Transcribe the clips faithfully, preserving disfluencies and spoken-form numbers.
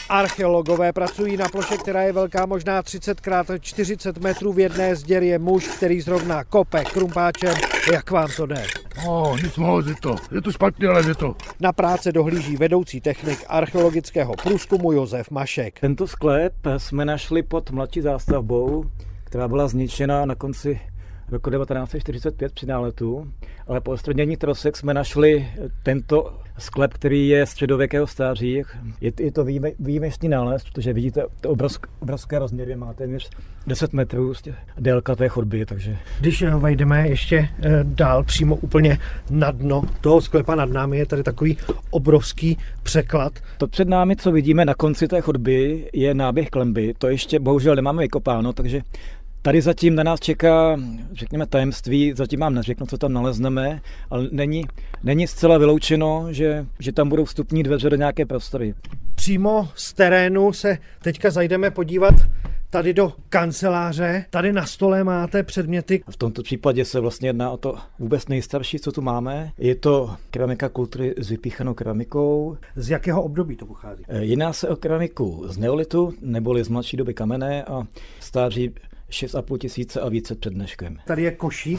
Archeologové pracují na ploše, která je velká možná třicet krát čtyřicet metrů. V jedné z děr je muž, který zrovna kope krumpáčem. Jak vám to jde? No, nic moc, je to, je to špatně, ale je to. Na práce dohlíží vedoucí technik archeologického průzkumu Josef Mašek. Tento sklep jsme našli pod mladší zástavbou, která byla zničena na konci roku devatenáct set čtyřicet pět při náletu, ale po odstranění trosek jsme našli tento sklep, který je středověkého stáří. Je, je to výjime, výjimečný nález, protože vidíte to obrovské, obrovské rozměry, má téměř deset metrů délka té chodby. Takže... Když vejdeme ještě dál přímo úplně na dno toho sklepa nad námi, je tady takový obrovský překlad. To před námi, co vidíme na konci té chodby, je náběh klenby. To ještě bohužel nemáme vykopáno, takže tady zatím na nás čeká, řekněme, tajemství, zatím vám neřeknu, co tam nalezneme, ale není, není zcela vyloučeno, že, že tam budou vstupní dveře do nějaké prostory. Přímo z terénu se teďka zajdeme podívat tady do kanceláře. Tady na stole máte předměty. V tomto případě se vlastně jedná o to vůbec nejstarší, co tu máme. Je to keramika kultury s vypíchanou keramikou. Z jakého období to pochází? Jedná se o keramiku z neolitu, neboli z mladší doby kamenné a stáří šest a půl tisíce a více před dneškem. Tady je košík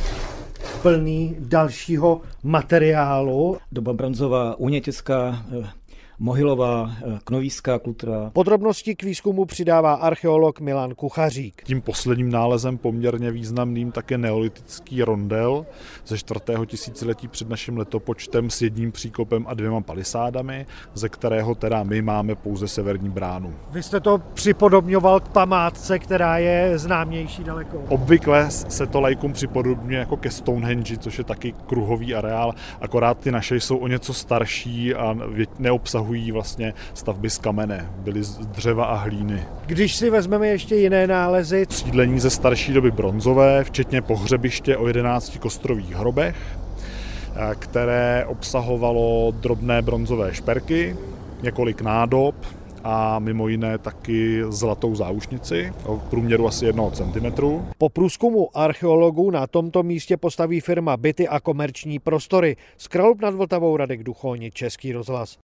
plný dalšího materiálu. Doba bronzová, únětická, mohylová, knovíská kultura. Podrobnosti k výzkumu přidává archeolog Milan Kuchařík. Tím posledním nálezem poměrně významným také neolitický rondel ze čtvrtého tisíciletí před naším letopočtem s jedním příkopem a dvěma palisádami, ze kterého teda my máme pouze severní bránu. Vy jste to připodobňoval k památce, která je známější daleko. Obvykle se to laikům připodobňuje jako ke Stonehenge, což je taky kruhový areál, akorát ty naše jsou o něco starší a neobsahují vlastně stavby z kamene, byly z dřeva a hlíny. Když si vezmeme ještě jiné nálezy. Sídlení ze starší doby bronzové, včetně pohřebiště o jedenácti kostrových hrobech, které obsahovalo drobné bronzové šperky, několik nádob a mimo jiné taky zlatou záušnici v průměru asi jednoho centimetru. Po průzkumu archeologů na tomto místě postaví firma byty a komerční prostory. Z Kralupy nad Vltavou Radek Duchoň, Český rozhlas.